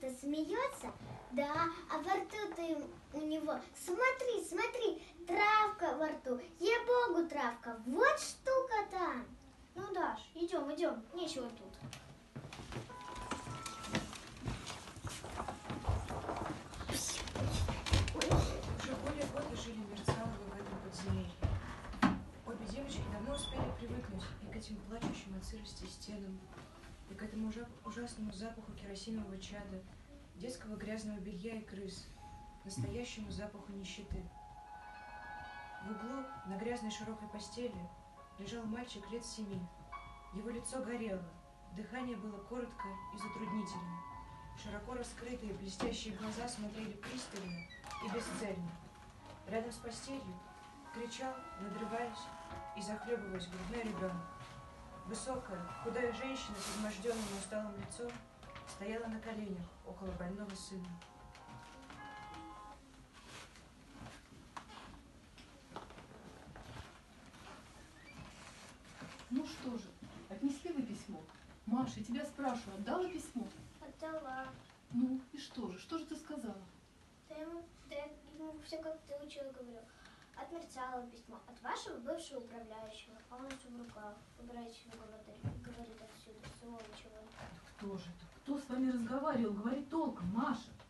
это смеется, да, а во рту-то у него, смотри, смотри, травка во рту, ей-богу, травка, вот штука-то. Ну, Даш, идем, идем, нечего тут. Уже более года жили Мерцаловы в этом подземелье. Обе девочки давно успели привыкнуть и к этим плачущим от сырости стенам, и к этому ужасному запаху керосинового чада, детского грязного белья и крыс, настоящему запаху нищеты. В углу на грязной широкой постели лежал мальчик лет 7. Его лицо горело, дыхание было коротко и затруднительно. Широко раскрытые блестящие глаза смотрели пристально и бесцельно. Рядом с постелью кричал, надрываясь и захлебываясь грудной ребенок. Высокая, худая женщина с изможденным и усталым лицом стояла на коленях около больного сына. Ну что же, отнесли вы письмо? Маша, я тебя спрашиваю, отдала письмо? Отдала. Ну, и что же ты сказала? Да ему все как ты учила, говорю. От Мерцалова письмо, от вашего бывшего управляющего, а он все в руках. Выбирайте, что говорит отсюда, сволочь. Кто же это? Кто с вами разговаривал? Говори толком, Маша.